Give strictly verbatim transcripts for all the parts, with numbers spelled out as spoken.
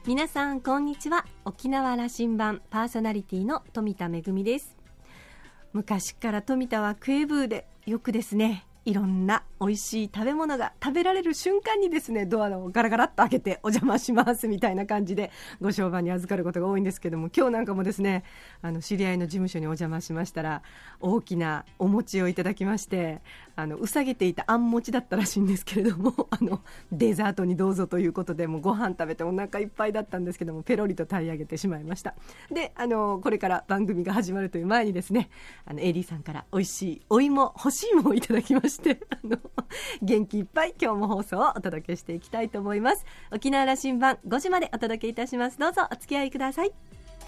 皆さんこんにちは。沖縄羅針盤パーソナリティの富田恵です。昔から富田はクエブーでよくですね、いろんな美味しい食べ物が食べられる瞬間にですね、ドアをガラガラっと開けてお邪魔しますみたいな感じでご商売に預かることが多いんですけども、今日なんかもですね、あの知り合いの事務所にお邪魔しましたら、大きなお餅をいただきまして、あのうさげていたあん餅だったらしいんですけれども、あのデザートにどうぞということで、もうご飯食べてお腹いっぱいだったんですけども、ペロリと平らげてしまいました。で、あのこれから番組が始まるという前にですね、あの エーディー さんから美味しいお芋、干し芋をいただきまして、あの元気いっぱい今日も放送をお届けしていきたいと思います。沖縄羅針盤ごじまでお届けいたします。どうぞお付き合いください。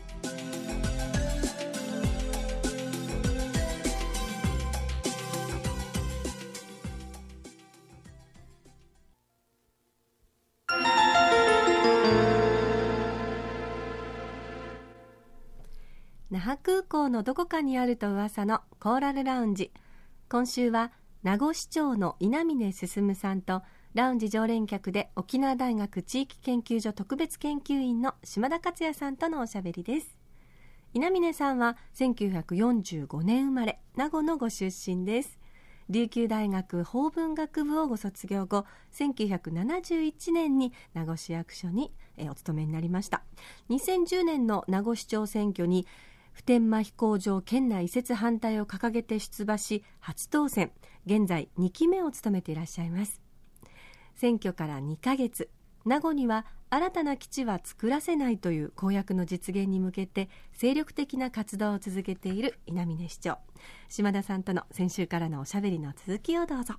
那覇空港のどこかにあると噂のコーラルラウンジ。今週は名護市長の稲峰進さんと、ラウンジ常連客で沖縄大学地域研究所特別研究員の島田克也さんとのおしゃべりです。稲峰さんはせんきゅうひゃくよんじゅうごねん生まれ、名護のご出身です。琉球大学法文学部をご卒業後、せんきゅうひゃくななじゅういちねんに名護市役所にお勤めになりました。にせんじゅうねんの名護市長選挙に普天間飛行場県内移設反対を掲げて出馬し初当選、現在にきめを務めていらっしゃいます。選挙からにかげつ、名護には新たな基地は作らせないという公約の実現に向けて精力的な活動を続けている稲峰市長。島田さんとの先週からのおしゃべりの続きをどうぞ。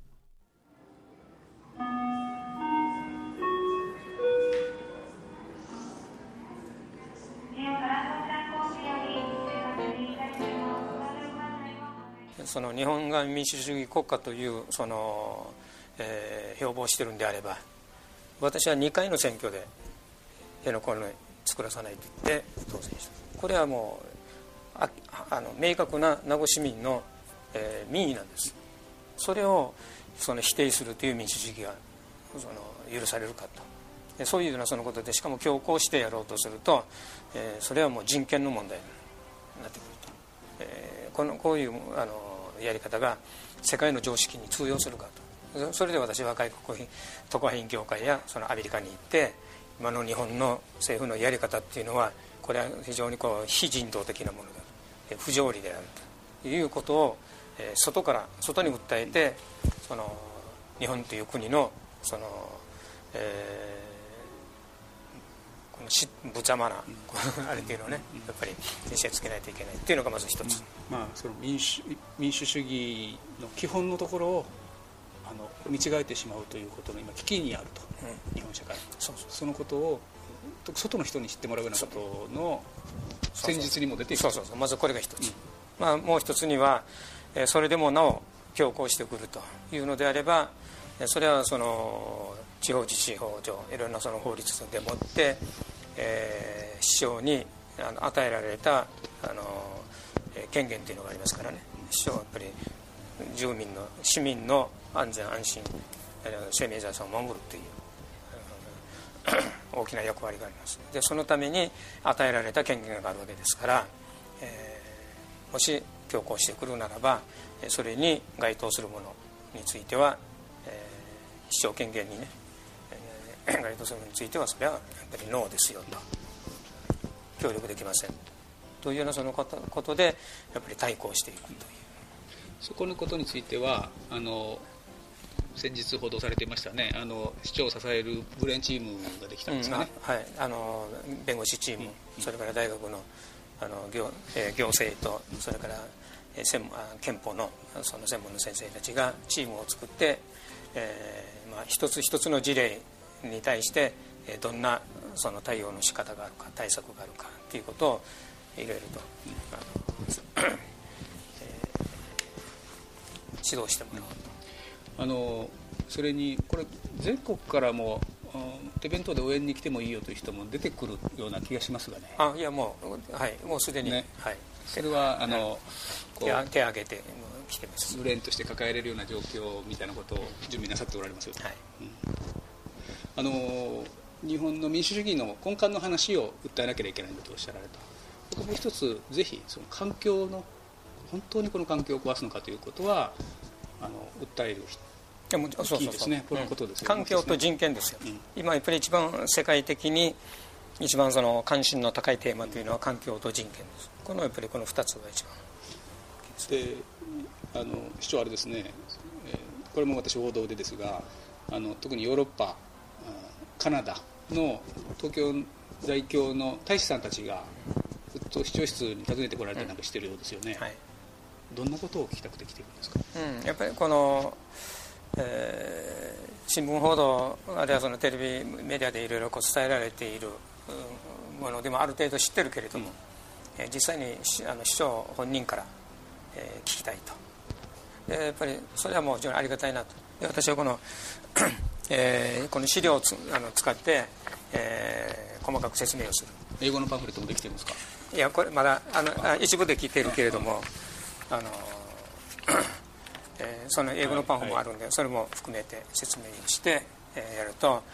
その日本が民主主義国家というその、えー、標榜してるんであれば、私はにかいの選挙で辺野古を作らさないと言って当選した。これはもう あ, あの明確な名護市民の、えー、民意なんです。それをその否定するという民主主義がその許されるかと、そういうようなそのことで、しかも強行してやろうとすると、えー、それはもう人権の問題になってくると、えー、このこういうあのやり方が世界の常識に通用するかと。それで私は外国特派員協会やそのアメリカに行って、今の日本の政府のやり方っていうのはこれは非常にこう非人道的なものだ、不条理であるということを外から外に訴えて、その日本という国のその、えーこの無茶まなあれっていうのをね、やっぱり見せつけないといけないっていうのがまず一つ、 まあ、その民主、民主主義の基本のところをあの見違えてしまうということの今危機にあると、うん、日本社会 そ, うそうそのことを外の人に知ってもらうようなことの戦術にも出ていく。 そうそうそう、まずこれが一つ、うん、まあ、もう一つにはそれでもなお強行してくるというのであれば、それはその地方自治法上いろんなその法律でもって、えー、市長にあの与えられたあの権限というのがありますからね。市長はやっぱり住民の市民の安全安心、生命財産を守るという大きな役割があります。でそのために与えられた権限があるわけですから、えー、もし強行してくるならば、それに該当するものについては、えー、市長権限にね該当するものについては、それはやっぱりノーですよと、協力できませんというようなそのことでやっぱり対抗していくという、 そこのことについてはあの先日報道されていましたね。あの市長を支えるブレーンチームができたんですかね、 うん、はい、あの弁護士チーム、うん、それから大学の、あの 行,、えー、行政と、それから、えー、専門憲法のその専門の先生たちがチームを作って、えーまあ、一つ一つの事例に対してどんなその対応の仕方があるか、対策があるかということをいろいろと、あの、えー、指導してもらおうと。 あのそれにこれ全国からも手弁当で応援に来てもいいよという人も出てくるような気がしますがね。 あ、いやもう、はい、もうすでに、ね、はい、 それはあの、 こう手を挙げて来てます。 ブレーンとして抱えれるような状況みたいなことを準備なさっておられますよ、はい、うん、あの日本の民主主義の根幹の話を訴えなければいけないんだとおっしゃられた。僕もう一つぜひその環境の本当にこの環境を壊すのかということはあの訴えるでもそうそうそうですね。このことですよね、 環境と人権ですよ、 うん、今やっぱり一番世界的に一番その関心の高いテーマというのは環境と人権です。このやっぱりこのふたつが一番で、あの市長あれですね、えー、これも私報道でですが、あの特にヨーロッパ、カナダの東京在京の大使さんたちがずっと市長室に訪ねてこられたりなんかしてるようですよね、うんはい、どんなことを聞きたくて来てるんですか。 うん、やっぱりこの、えー、新聞報道あるいはそのテレビメディアでいろいろこう伝えられているものでもある程度知ってるけれども、うんえー、実際にあの市長本人から、えー、聞きたいと。でやっぱりそれはもう非常にありがたいなと。で私はこの、えー、この資料をつあの使って、えー、細かく説明をする。 英語のパンフレットもできてるんですか。 いやこれまだあのあ一部で聞いてるけれども、あの、えー、その英語のパンフもあるんで、それも含めて説明して、えー、やると、あの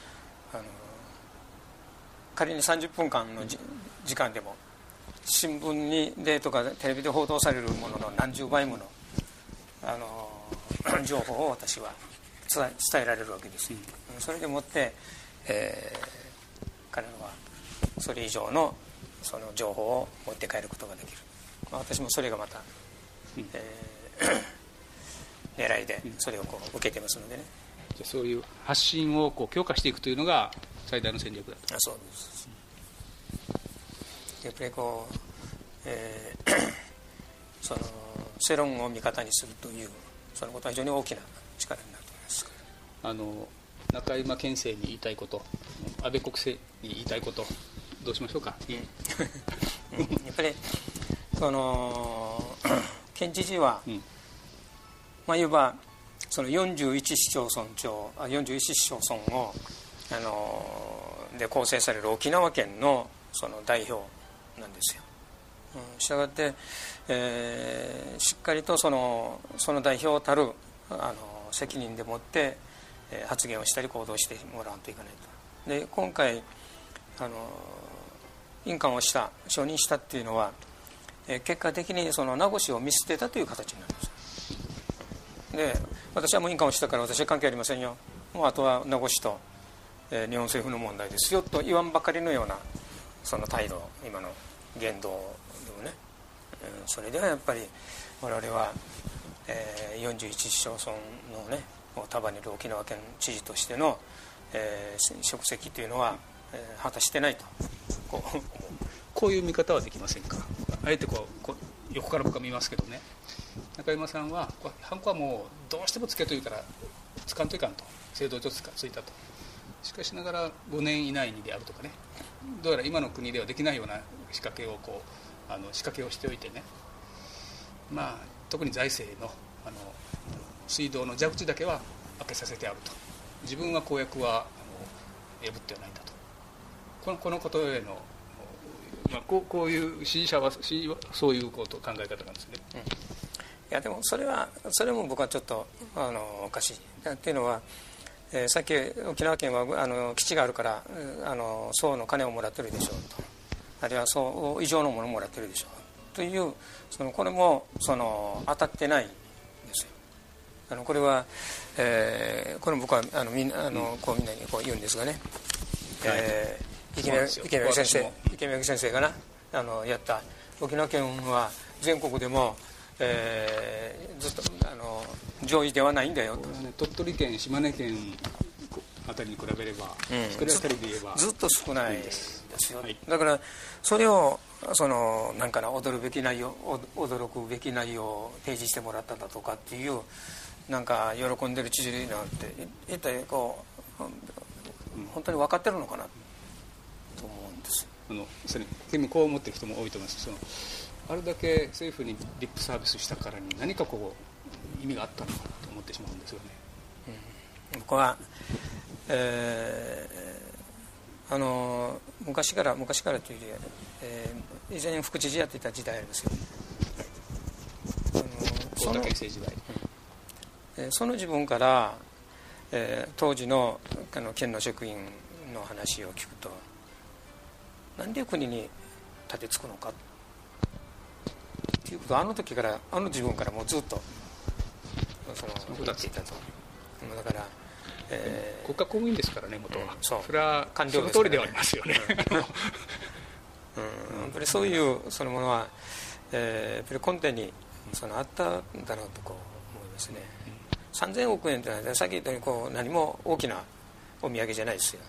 仮にさんじゅっぷんかんのじ時間でも新聞にでとかテレビで報道されるものの何十倍もの、あの情報を私は伝え、伝えられるわけです、うん、それでもって、えー、彼らはそれ以上のその情報を持って帰ることができる。私もそれがまた、うんえー、狙いでそれをこう受けてますのでね。 じゃあそういう発信をこう強化していくというのが最大の戦略だと。 あそうです。やっぱりこう、えー、その世論を味方にするというそのことは非常に大きな力になると思います。 あの中山県政に言いたいこと、安倍国政に言いたいこと、どうしましょうか。うん、やっぱりその県知事は、うんまあ、いわばそのよんじゅういち市町村長あよんじゅういち市町村をあので構成される沖縄県のその代表なんですよ。したがって、えー、しっかりとそのその代表たるあの責任でもって、えー、発言をしたり行動してもらわんといけないと。で今回あの印鑑をした承認したっていうのは、えー、結果的にその名護市を見捨てたという形になるんですよ。で私はもう印鑑をしたから私は関係ありませんよ、もうあとは名護市と、えー、日本政府の問題ですよと言わんばかりのようなその態度、今の言動でもね、えー、それではやっぱり我々は、えー、よんじゅういち市町村のねを束ねる沖縄県知事としての、えー、職責というのは、えー、果たしてないとこうこういう見方はできませんか。あえてこう、こう横から僕は見ますけどね、中山さんはハンコはもうどうしてもつけというからつかんといかんと、制度上ついたと。しかしながらごねん以内にであるとかね、どうやら今の国ではできないような仕掛けをこうあの仕掛けをしておいてね、まあ特に財政のあの水道の蛇口だけは開けさせてあると、自分は公約はあの破ってはないんだと、このこのことへの、まあ、こう、こういう支持者はそういうこと考え方なんですね、 うん、いやでもそれはそれも僕はちょっとあのおかしいっていうのは、えー、さっき沖縄県はあの基地があるからあの層の金をもらってるでしょうと、あるいは層以上のものをもらってるでしょうという、そのこれもその当たってないんですよ。あのこれは、えー、これ僕はあのみんなあのこうみんなにこう言うんですがね、はいえー池宮先生、池宮先生がなあのやった沖縄県は全国でも、えー、ずっとあの上位ではないんだよと、 ね、鳥取県島根県あたりに比べれば、うん、一人当たりで言えばずっと少ないですよ、はい、だからそれをそのなんかな驚るべき内容驚くべき内容を提示してもらっただとかっていうなんか喜んでる知事なんて一体こう本当に分かってるのかなと思うんですよ。 あのそれ君もこう思ってる人も多いと思います。そのあれだけ政府にリップサービスしたからに何かこう意味があったのかなと思ってしまうんですよね、 うん、僕は、えー、あの昔から昔からというより、えー、以前副知事やっていた時代ありますよ。あの大田県政時代、 うん、その自分から、えー、当時のあの県の職員の話を聞くと、なんで国に立てつくのかっていうことを、あの時からあの自分からもうずっとその言っていたと。だから、 えー、国家公務員ですからね、元は、うん、 そう、 それは官僚ですからね、その通りではありますよね。うん、やっぱりそういうそのものは、えー、やっぱり根底にそのあったんだろうとこう思いますね。うん、さんぜんおくえんというのはさっき言ったようにこう何も大きなお土産じゃないですよ。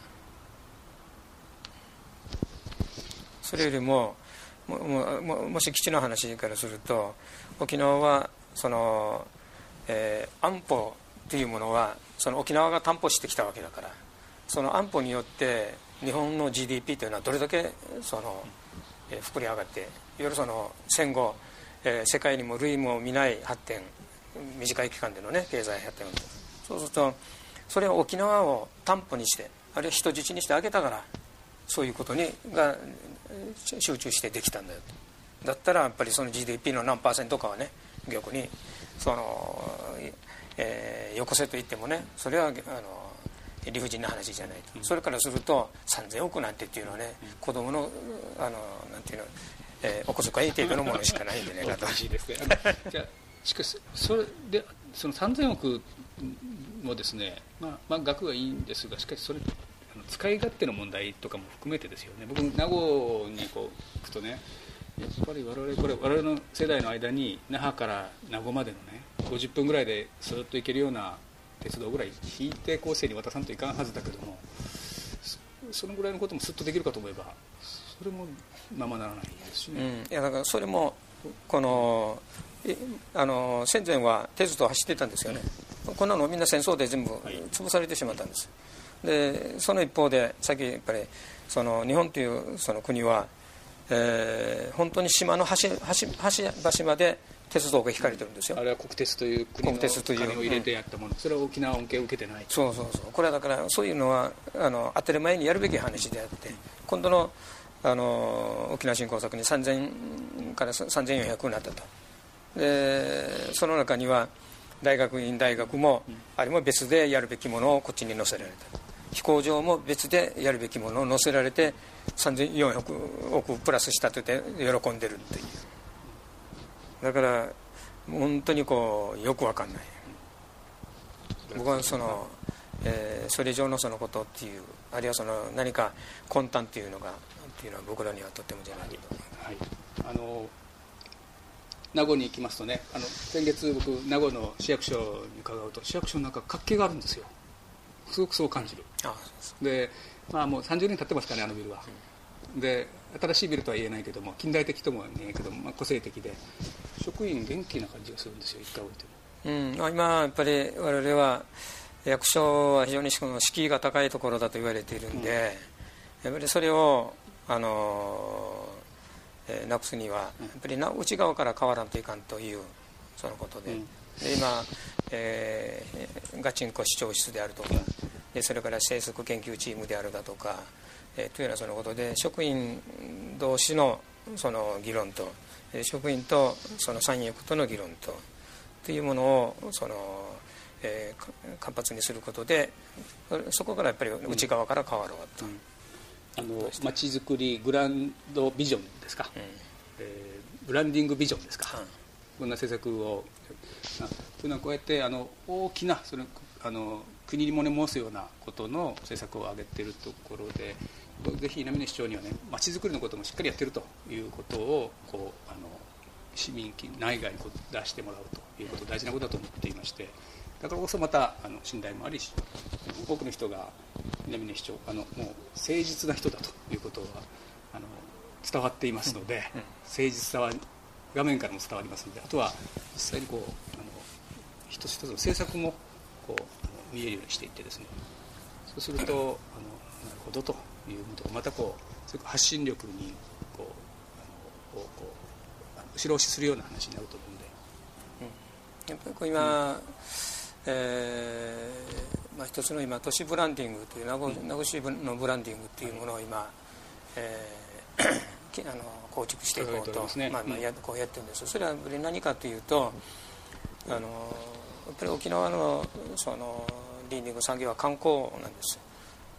それよりも も, も, もし基地の話からすると、沖縄はその、えー、安保というものはその沖縄が担保してきたわけだから、その安保によって日本の ジーディーピー というのはどれだけその、えー、膨れ上がって、いわゆるその戦後、えー、世界にも類も見ない発展、短い期間でのね経済発展を、そうするとそれを沖縄を担保にして、あるいは人質にしてあげたから、そういうことにが集中してできたんだよと。だったらやっぱりその ジーディーピー の何パーセントかはね、逆にその、えー、よこせと言ってもね、それはあの理不尽な話じゃないと。それからするとさんぜんおくなんてっていうのはね、子供のあのなんていうの、えー、お小遣い程度のものしかないんじゃないかと。 じゃあしかしそれでそのさんぜんおくもですね、まあ、まあ額はいいんですが、しかしそれ使い勝手の問題とかも含めてですよね。僕名護にこう行くとね、やっぱり我々これ我々の世代の間に那覇から名護までのねごじゅっぷんぐらいでスーッと行けるような鉄道ぐらい引いて後世に渡さんといかんはずだけども、 そ, そのぐらいのこともスッとできるかと思えばそれもままならないですしね、 うん、いやだからそれもこのあの戦前は鉄道走ってたんですよね。こんなのみんな戦争で全部潰されてしまったんです。でその一方でさっきやっぱりその日本というその国は、えー、本当に島の端端端端まで鉄道が引かれてるんですよ。 あれは国鉄という国の金を入れてやったもの、それは沖縄恩恵を受けてない。 そうそうそう、これはだからそういうのはあの当たり前にやるべき話であって、今度のあの沖縄振興策にさんぜんからさんぜんよんひゃくになったと。でその中には大学院大学もあれも別でやるべきものをこっちに載せられた。飛行場も別でやるべきものを載せられてさんぜんよんひゃくおくプラスしたと言って喜んでるっていう。だから本当にこうよく分かんない。僕はその、えー、それ以上のそのことっていう、あるいはその何か魂胆っていうのがっていうのは僕らにはとってもじゃないけど、 はい、あの名護に行きますとね、あの先月僕名護の市役所に伺うと、市役所の中活気があるんですよ。すごくそう感じる。 ああで、まあ、もうさんじゅうねん経ってますかね、あのビルは、うん、で新しいビルとは言えないけども近代的とも言えないけども、まあ、個性的で職員元気な感じがするんですよ、一回置いても。うん、今やっぱり我々は役所は非常に敷居が高いところだと言われているんで、うん、やっぱりそれをあの、えー、なくすにはやっぱりな内側から変わらんといかんというそのことで、うん、で今、えー、ガチンコ市長室であるとか、でそれから政策研究チームであるだとか、えー、というようなそのことで職員同士のその議論と、職員とその産役との議論とというものをその、えー、活発にすることで、そこからやっぱり内側から変わろうと、うんうん、あの街づくりグランドビジョンですか、うん、えー、ブランディングビジョンですか、うん、こんな政策をというのはこうやってあの大きなそのあの国にもね申すようなことの政策を挙げているところで、ぜひ南根市長にはね街づくりのこともしっかりやっているということをこうあの市民内外にこう出してもらうということ大事なことだと思っていまして、だからこそまたあの信頼もあり、多くの人が南根市長あのもう誠実な人だということはあの伝わっていますので、うんうん、誠実さは画面からも伝わりますので、あとは実際にこうあの一つ一つの政策もこう見えるようにしていってですね、そうするとあのなるほどということがまたこうそれ発信力にこうあのこうこう後ろ押しするような話になると思うんで、 うん、やっぱりこう今、うんえーまあ、一つの今都市ブランディングという名護、うん、名護市のブランディングというものを今、えー、あの構築していこうと、ね、まあまあ、やこうやってるんです。それは何かというと、あのやっぱり沖縄のそのリーディング産業は観光なんです。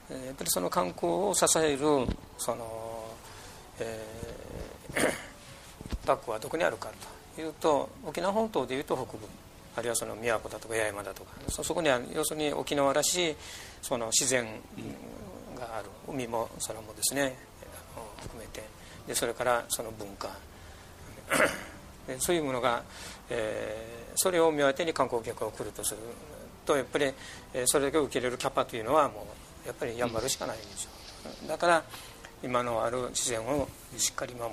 やっぱりその観光を支えるその、えー、バックはどこにあるかというと、沖縄本島でいうと北部、あるいはその宮古だとか八重山だとか、そ, そこには要するに沖縄らしいその自然がある、海も空もですね含めて、でそれからその文化でそういうものが、えー、それを目当てに観光客が来るとすると、やっぱり、えー、それだけを受け入れるキャパというのはもうやっぱりやんばるしかないんでしょう。だから今のある自然をしっかり守って、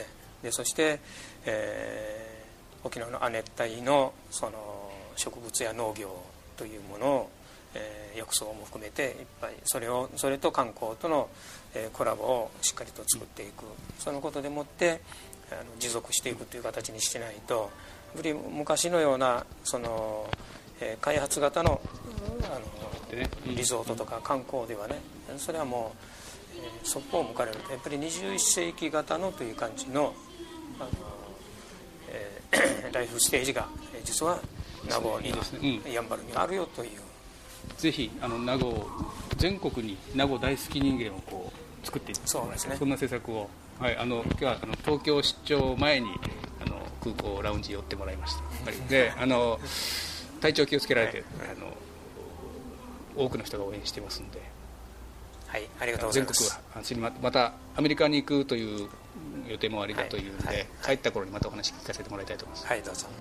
でそして、えー、沖縄の亜熱帯のその植物や農業というものを、えー、浴槽も含めていっぱいそれをそれと観光との、えー、コラボをしっかりと作っていく、そのことでもってあの持続していくという形にしてないと、やっぱり昔のようなその、えー、開発型の、あのリゾートとか観光ではね、それはもう、えー、そっぽを向かれると、やっぱりにじゅういっせいき型のという感じの、あの、えー、ライフステージが実は名護に、ね、うん、やんばるにあるよという。 ぜひあの名護全国に名護大好き人間をこう作っていって、 そうですね、 そんな政策を、はい、あの今日はあの東京出張前にあの空港ラウンジ寄ってもらいました。であの体調気をつけられて、はい、あの多くの人が応援してますので、 はい、ありがとうございます。 全国走りままたアメリカに行くという予定もありだというので、はいはい、帰った頃にまたお話聞かせてもらいたいと思います。 はい、どうぞ。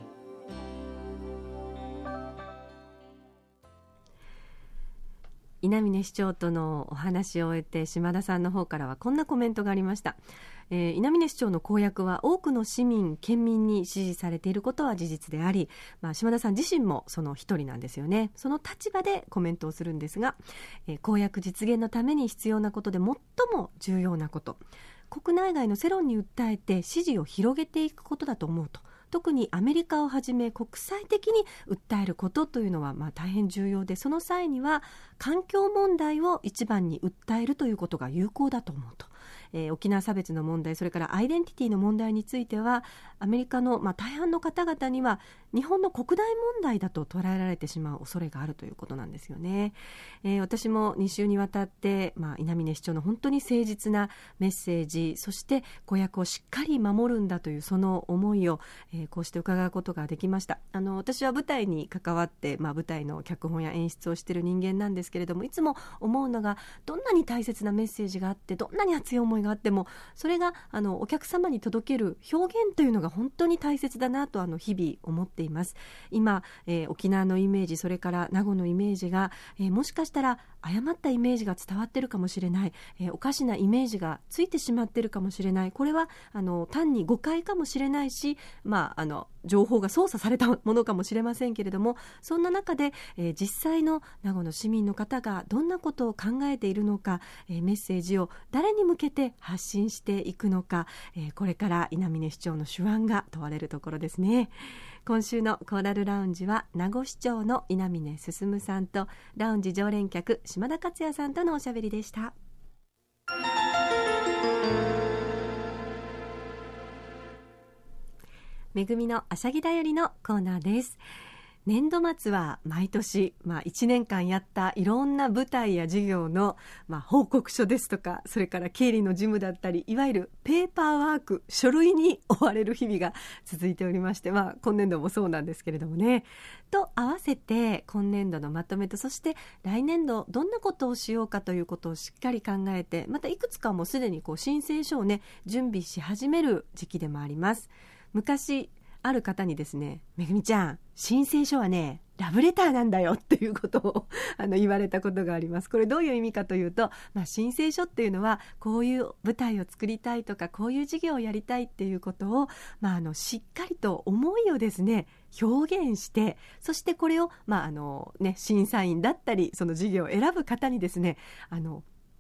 稲峰市長とのお話を終えて、島田さんの方からはこんなコメントがありました。えー、稲峰市長の公約は多くの市民県民に支持されていることは事実であり、まあ、島田さん自身もその一人なんですよね。その立場でコメントをするんですが、えー、公約実現のために必要なことで最も重要なこと、国内外の世論に訴えて支持を広げていくことだと思うと。特にアメリカをはじめ国際的に訴えることというのはまあ大変重要で、その際には環境問題を一番に訴えるということが有効だと思うと。えー、沖縄差別の問題、それからアイデンティティの問題についてはアメリカの、まあ、大半の方々には日本の国内問題だと捉えられてしまう恐れがあるということなんですよね。えー、私もに週にわたって、まあ、稲峰市長の本当に誠実なメッセージ、そして公約をしっかり守るんだというその思いを、えー、こうして伺うことができました。あの私は舞台に関わって、まあ、舞台の脚本や演出をしている人間なんですけれども、いつも思うのが、どんなに大切なメッセージがあって、どんなに熱い思いがあっても、それがあのお客様に届ける表現というのが本当に大切だなとあの日々思っています。今、えー、沖縄のイメージ、それから名護のイメージが、えー、もしかしたら誤ったイメージが伝わっているかもしれない、えー、おかしなイメージがついてしまっているかもしれない。これはあの単に誤解かもしれないし、まあ、あの情報が操作されたものかもしれませんけれども、そんな中で、えー、実際の名護の市民の方がどんなことを考えているのか、えー、メッセージを誰に向けて発信していくのか、えー、これから稲峰市長の手腕が問われるところですね。今週のコーラルラウンジは名護市長の稲峰進さんとラウンジ常連客島田克也さんとのおしゃべりでした。めぐみのあしゃぎだよりのコーナーです。年度末は毎年、まあ、いちねんかんやったいろんな舞台や事業の、まあ、報告書ですとか、それから経理の事務だったり、いわゆるペーパーワーク、書類に追われる日々が続いておりまして、まあ、今年度もそうなんですけれどもね。と合わせて今年度のまとめと、そして来年度どんなことをしようかということをしっかり考えて、またいくつかもすでにこう申請書をね準備し始める時期でもあります。昔ある方にですね、めぐみちゃん、申請書はねラブレターなんだよっていうことをあの言われたことがあります。これどういう意味かというと、まあ、申請書っていうのはこういう舞台を作りたいとか、こういう事業をやりたいっていうことを、まあ、あのしっかりと思いをですね表現して、そしてこれを、まああのね、審査員だったりその事業を選ぶ方にですねあの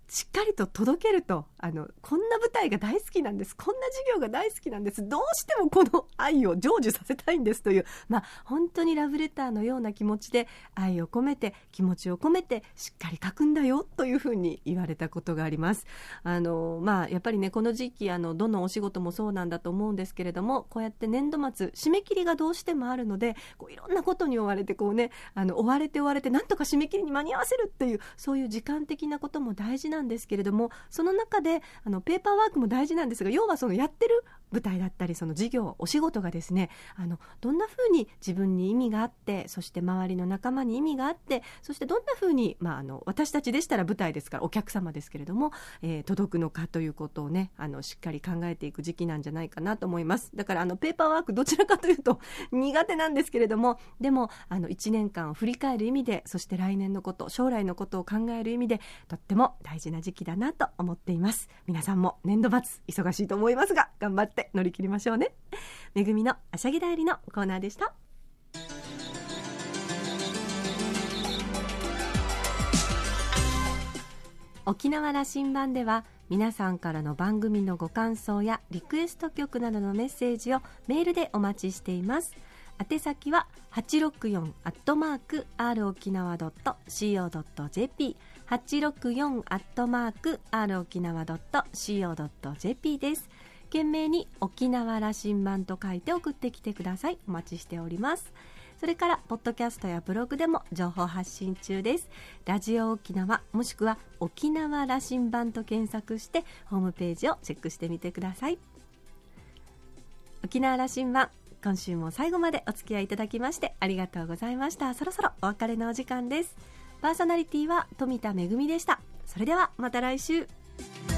しっかりと届けると、あのこんな舞台が大好きなんです、こんな授業が大好きなんです、どうしてもこの愛を成就させたいんですという、まあ、本当にラブレターのような気持ちで愛を込めて気持ちを込めてしっかり書くんだよというふうに言われたことがあります。あの、まあ、やっぱりねこの時期あのどのお仕事もそうなんだと思うんですけれども、こうやって年度末締め切りがどうしてもあるので、こういろんなことに追われてこう、ね、あの追われて追われてなんとか締め切りに間に合わせるっていう、そういう時間的なことも大事なんですけれども、その中であのペーパーワークも大事なんですが、要はそのやってる舞台だったりその事業お仕事がですね、あのどんな風に自分に意味があって、そして周りの仲間に意味があって、そしてどんな風に、まあ、あの私たちでしたら舞台ですからお客様ですけれども、えー、届くのかということをね、あのしっかり考えていく時期なんじゃないかなと思います。だからあのペーパーワークどちらかというと苦手なんですけれども、でもあのいちねんかんを振り返る意味で、そして来年のこと、将来のことを考える意味でとっても大事な時期だなと思っています。皆さんも年度末忙しいと思いますが頑張って乗り切りましょうね。めぐみのあしゃぎだよりのコーナーでした。沖縄羅針盤では皆さんからの番組のご感想やリクエスト曲などのメッセージをメールでお待ちしています。宛先は はちろくよん アットマーク アール 沖縄 ドット シーオー ドット ジェーピー はちろくよん アットマーク アール 沖縄 ドット シーオー ドット ジェーピー です。懸命に沖縄羅針盤と書いて送ってきてください。お待ちしております。それからポッドキャストやブログでも情報発信中です。ラジオ沖縄もしくは沖縄羅針盤と検索してホームページをチェックしてみてください。沖縄羅針盤、今週も最後までお付き合いいただきましてありがとうございました。そろそろお別れのお時間です。パーソナリティは富田恵でした。それではまた来週。